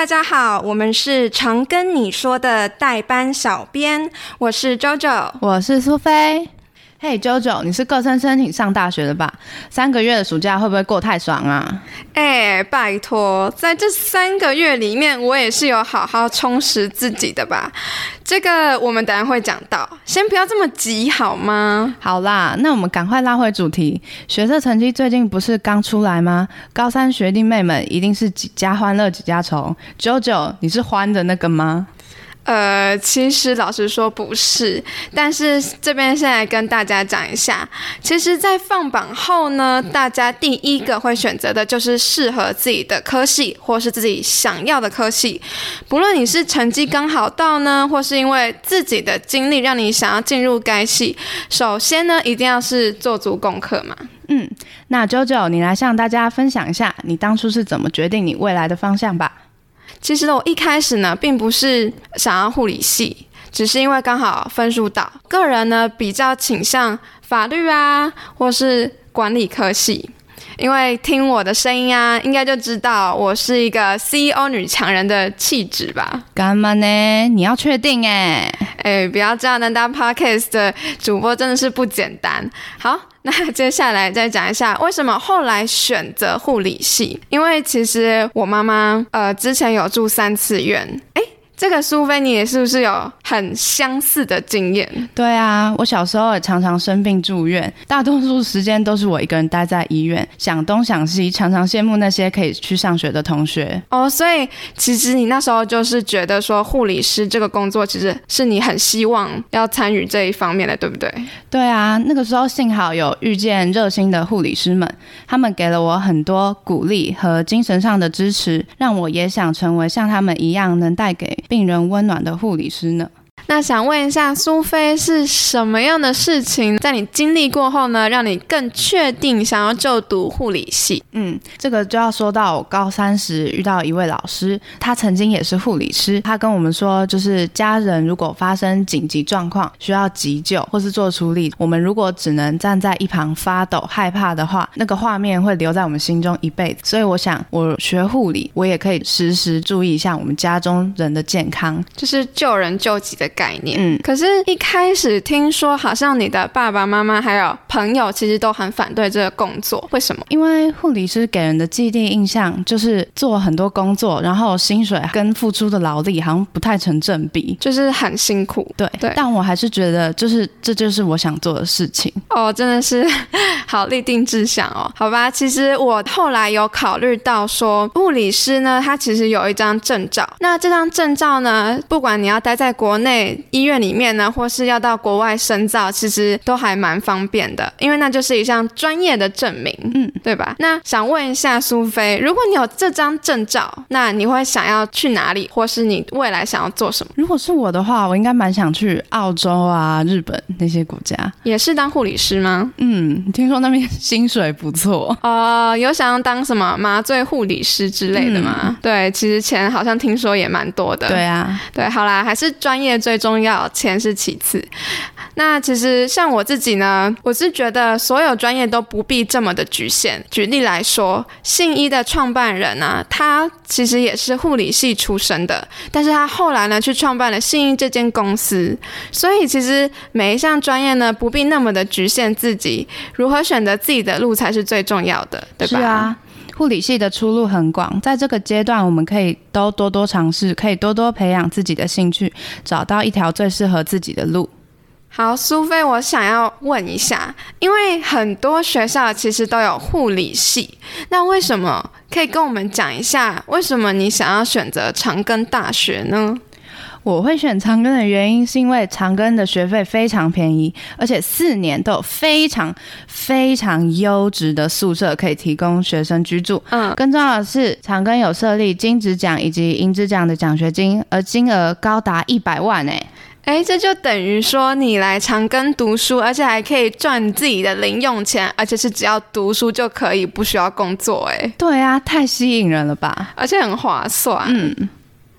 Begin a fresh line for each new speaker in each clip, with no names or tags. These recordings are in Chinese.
大家好，我们是常跟你说的代班小编，我是 JoJo，
我是苏菲。嘿、JoJo， 你是个申申请上大学的吧？3个月的暑假会不会过太爽啊？
拜托，在这3个月里面，我也是有好好充实自己的吧。这个我们等一下会讲到，先不要这么急好吗？
好啦，那我们赶快拉回主题。学测成绩最近不是刚出来吗？高三学弟妹们一定是几家欢乐几家愁。JoJo， 你是欢的那个吗？
其实老实说不是，但是这边先来跟大家讲一下，其实在放榜后呢，大家第一个会选择的就是适合自己的科系或是自己想要的科系，不论你是成绩刚好到呢，或是因为自己的经历让你想要进入该系，首先呢一定要是做足功课嘛。
那 JoJo， 你来向大家分享一下你当初是怎么决定你未来的方向吧。
其实我一开始呢，并不是想要护理系，只是因为刚好分数到，个人呢比较倾向法律啊，或是管理科系。因为听我的声音啊，应该就知道我是一个 CEO 女强人的气质吧？
干嘛呢？你要确定
不要这样，能当 Podcast 的主播真的是不简单。好，那接下来再讲一下为什么后来选择护理系。因为其实我妈妈之前有住3次院。这个苏菲你也是不是有很相似的经验？
对啊，我小时候也常常生病住院，大多数时间都是我一个人待在医院，想东想西，常常羡慕那些可以去上学的同学。
所以其实你那时候就是觉得说护理师这个工作其实是你很希望要参与这一方面的，对不对？
对啊，那个时候幸好有遇见热心的护理师们，他们给了我很多鼓励和精神上的支持，让我也想成为像他们一样能带给病人温暖的护理师呢。
那想问一下苏菲，是什么样的事情在你经历过后呢，让你更确定想要就读护理系？
这个就要说到我高3时遇到一位老师，他曾经也是护理师，他跟我们说，就是家人如果发生紧急状况需要急救或是做处理，我们如果只能站在一旁发抖害怕的话，那个画面会留在我们心中一辈子。所以我想我学护理，我也可以时时注意一下我们家中人的健康，
就是救人救己的概念。可是一开始听说好像你的爸爸妈妈还有朋友其实都很反对这个工作，为什么？
因为护理师给人的既定印象就是做很多工作，然后薪水跟付出的劳力好像不太成正比，
就是很辛苦。对，
但我还是觉得这就是我想做的事情。
真的是好立定志向哦。好吧，其实我后来有考虑到说，护理师呢他其实有一张证照，那这张证照呢，不管你要待在国内医院里面呢，或是要到国外深造，其实都还蛮方便的，因为那就是一项专业的证明，对吧？那想问一下苏菲，如果你有这张证照，那你会想要去哪里，或是你未来想要做什么？
如果是我的话，我应该蛮想去澳洲啊、日本那些国家。
也是当护理师吗？
听说那边薪水不错。
有想要当什么麻醉护理师之类的吗？对，其实钱好像听说也蛮多的。
对啊，
对，好啦，还是专业最重要，钱是其次。那其实像我自己呢，我是觉得所有专业都不必这么的局限。举例来说，信医的创办人啊，他其实也是护理系出身的，但是他后来呢去创办了信医这间公司。所以其实每一项专业呢，不必那么的局限自己，如何选择自己的路才是最重要的，对吧？
是啊，护理系的出路很广，在这个阶段我们可以都多多尝试，可以多多培养自己的兴趣，找到一条最适合自己的路。
好，苏菲，我想要问一下，因为很多学校其实都有护理系，那为什么可以跟我们讲一下，为什么你想要选择长庚大学呢？
我会选长庚的原因是因为长庚的学费非常便宜，而且4年都有非常非常优质的宿舍可以提供学生居住。更重要的是，长庚有设立金质奖以及银质奖的奖学金，而金额高达100万
这就等于说你来长庚读书，而且还可以赚自己的零用钱，而且是只要读书就可以，不需要工作。
对啊，太吸引人了吧，
而且很划算。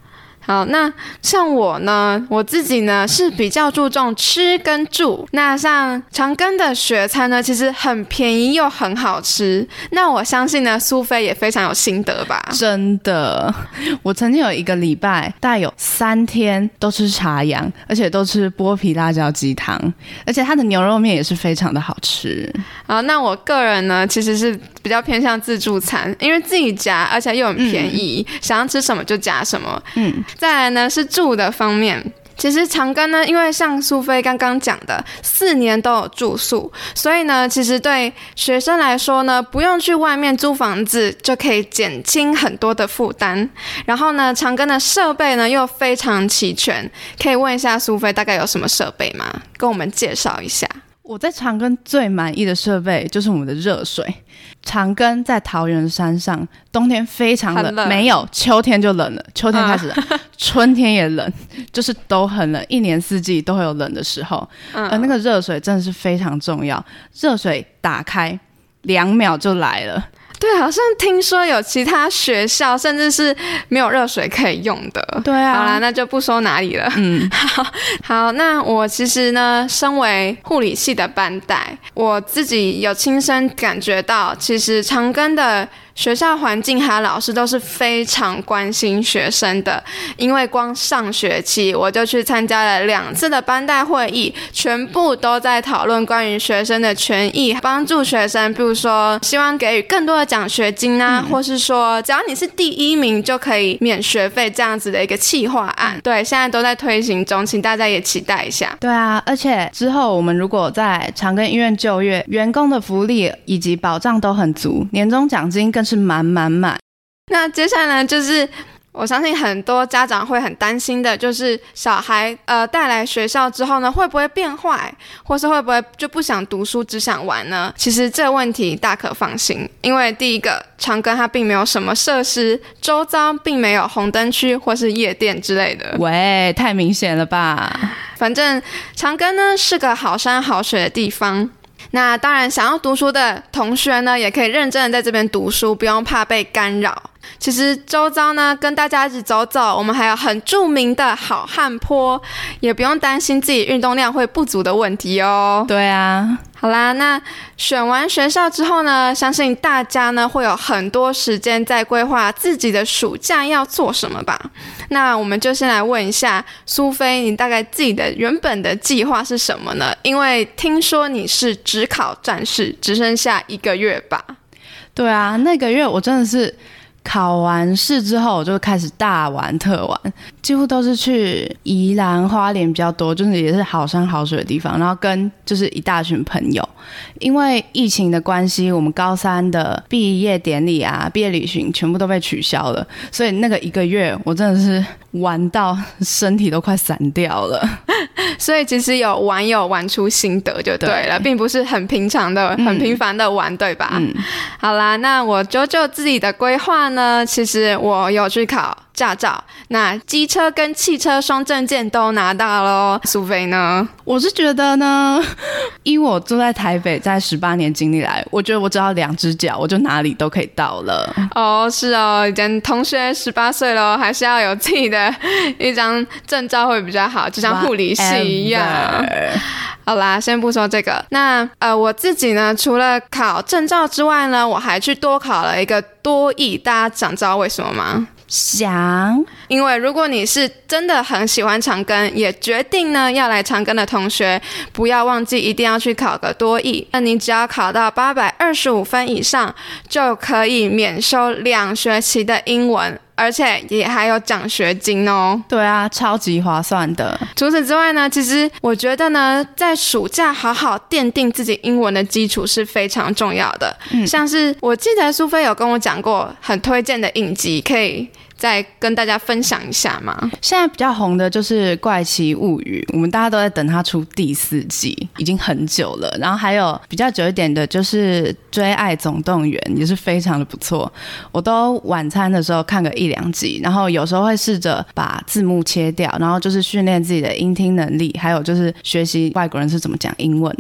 好，那像我呢，我自己呢是比较注重吃跟住。那像长庚的学餐呢，其实很便宜又很好吃。那我相信呢，苏菲也非常有心得吧？
真的，我曾经有一个礼拜，大概有3天都吃茶阳，而且都吃剥皮辣椒鸡汤，而且它的牛肉面也是非常的好吃。
好，那我个人呢，其实是比较偏向自助餐，因为自己夹，而且又很便宜，想要吃什么就夹什么。再来呢是住的方面。其实长庚呢，因为像苏菲刚刚讲的，4年都有住宿，所以呢，其实对学生来说呢，不用去外面租房子，就可以减轻很多的负担。然后呢，长庚的设备呢又非常齐全，可以问一下苏菲大概有什么设备吗？跟我们介绍一下。
我在长庚最满意的设备就是我们的热水。长庚在桃园山上，冬天非常冷，没有，秋天就冷了，秋天开始冷，春天也冷，就是都很冷，一年四季都会有冷的时候。而那个热水真的是非常重要，热水打开2秒就来了。
对，好像听说有其他学校甚至是没有热水可以用的。
对啊，
好啦，那就不说哪里了。好，那我其实呢，身为护理系的班代，我自己有亲身感觉到，其实长庚的学校环境还有老师都是非常关心学生的，因为光上学期我就去参加了2次的班代会议，全部都在讨论关于学生的权益，帮助学生，比如说希望给予更多的奖学金啊，或是说只要你是第1名就可以免学费这样子的一个企划案。对，现在都在推行中，请大家也期待一下。
对啊，而且之后我们如果在长庚医院就业，员工的福利以及保障都很足，年终奖金更是满满满。
那接下来呢，就是我相信很多家长会很担心的，就是小孩带来学校之后呢，会不会变坏，或是会不会就不想读书只想玩呢？其实这个问题大可放心，因为第一个，长庚它并没有什么设施，周遭并没有红灯区或是夜店之类的。
喂，太明显了吧？
反正长庚呢是个好山好水的地方。那当然，想要读书的同学呢，也可以认真的在这边读书，不用怕被干扰。其实周遭呢，跟大家一起走走，我们还有很著名的好汉坡，也不用担心自己运动量会不足的问题哦。
对啊。
好啦，那选完学校之后呢，相信大家呢会有很多时间在规划自己的暑假要做什么吧。那我们就先来问一下苏菲，你大概自己的原本的计划是什么呢？因为听说你是指考战士，只剩下1个月吧？
对啊，那个月我真的是考完试之后我就开始大玩特玩，几乎都是去宜兰花莲比较多，就是也是好山好水的地方，然后跟就是一大群朋友。因为疫情的关系，我们高3的毕业典礼啊、毕业旅行全部都被取消了，所以那个1个月我真的是玩到身体都快散掉了。
所以其实有玩出心得就对了，并不是很平常的、很平凡的玩，对吧？好啦，那我就自己的规划呢，其实我有去考驾照，那机车跟汽车双证件都拿到咯。苏菲呢？
我是觉得呢，以我住在台北在18年经历来，我觉得我只要2只脚，我就哪里都可以到了。
哦，是哦，以前同学18岁了，还是要有自己的一张证照会比较好，就像护理系一样。好啦，先不说这个。那我自己呢，除了考证照之外呢，我还去多考了一个多益。大家想知道为什么吗？
想，
因为如果你是真的很喜欢长庚，也决定呢要来长庚的同学，不要忘记一定要去考个多益。那你只要考到825分以上，就可以免修2学期的英文，而且也还有奖学金哦。
对啊，超级划算的。
除此之外呢，其实我觉得呢，在暑假好好奠定自己英文的基础是非常重要的。像是我记得苏菲有跟我讲过很推荐的影集，可以再跟大家分享一下吗？
现在比较红的就是《怪奇物语》，我们大家都在等它出第4季，已经很久了。然后还有比较久一点的就是《追爱总动员》，也是非常的不错。我都晚餐的时候看个1-2集，然后有时候会试着把字幕切掉，然后就是训练自己的音听能力，还有就是学习外国人是怎么讲英文的。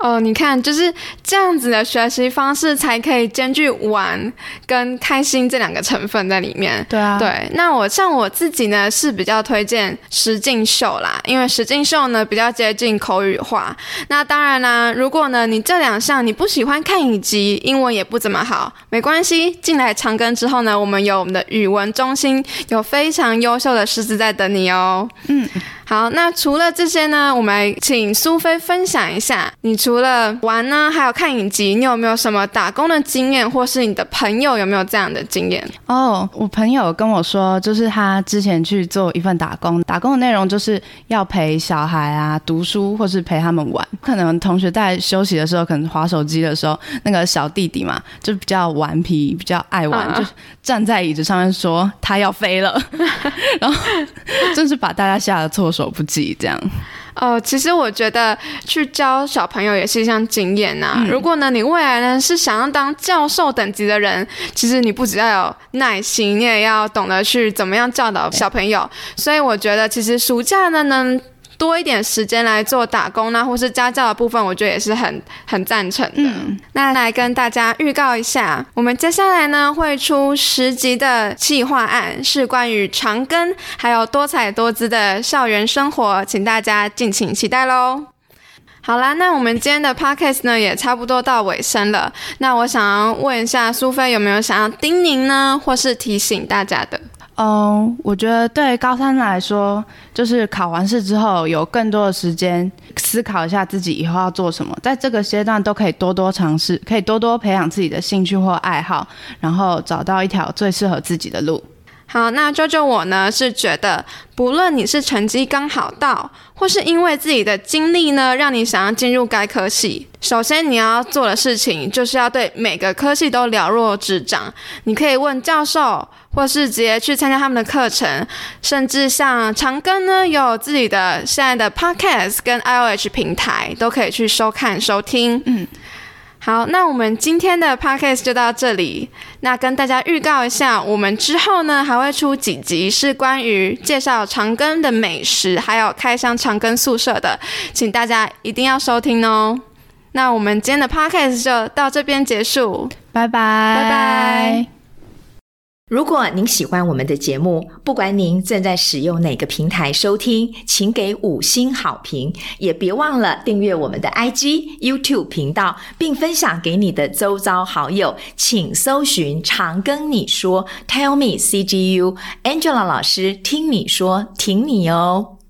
哦，你看，就是这样子的学习方式才可以兼具玩跟开心这两个成分在里面。
对啊，
对。那我自己呢是比较推荐实境秀啦，因为实境秀呢比较接近口语化。那当然啦，如果呢你这两项你不喜欢看影集，英文也不怎么好，没关系，进来长庚之后呢，我们有我们的语文中心，有非常优秀的师资在等你哦。好，那除了这些呢，我们来请苏菲分享一下，你除了玩呢，还有看影集，你有没有什么打工的经验，或是你的朋友有没有这样的经验？
我朋友跟我说，就是他之前去做一份打工的内容就是要陪小孩啊读书，或是陪他们玩。可能同学在休息的时候，可能滑手机的时候，那个小弟弟嘛，就比较顽皮，比较爱玩，就站在椅子上面说他要飞了，然后真是把大家吓得措手不及这样。
其实我觉得去教小朋友也是一项经验啊。如果呢你未来呢是想要当教授等级的人，其实你不只要有耐心，你也要懂得去怎么样教导小朋友。所以我觉得其实暑假呢能多一点时间来做打工或是家教的部分，我觉得也是很赞成的。那来跟大家预告一下，我们接下来呢会出10集的企划案，是关于长庚还有多彩多姿的校园生活，请大家敬请期待咯。好啦，那我们今天的 podcast 呢也差不多到尾声了。那我想要问一下苏菲，有没有想要叮咛呢，或是提醒大家的？
我觉得对高三来说，就是考完试之后有更多的时间思考一下自己以后要做什么，在这个阶段都可以多多尝试，可以多多培养自己的兴趣或爱好，然后找到一条最适合自己的路。
好，那啾我呢是觉得，不论你是成绩刚好到，或是因为自己的经历呢让你想要进入该科系，首先你要做的事情就是要对每个科系都了若指掌。你可以问教授，或是直接去参加他们的课程，甚至像长庚呢有自己的现在的 podcast 跟 IOH 平台，都可以去收看收听。好，那我们今天的 podcast 就到这里。那跟大家预告一下，我们之后呢还会出几集是关于介绍长庚的美食，还有开箱长庚宿舍的，请大家一定要收听哦。那我们今天的 podcast 就到这边结束，
拜拜，
拜拜。
如果您喜欢我们的节目，不管您正在使用哪个平台收听，请给5星好评，也别忘了订阅我们的 IG、YouTube 频道，并分享给你的周遭好友。请搜寻长庚你说 Tell me CGU， Angela 老师听你说，挺你哦。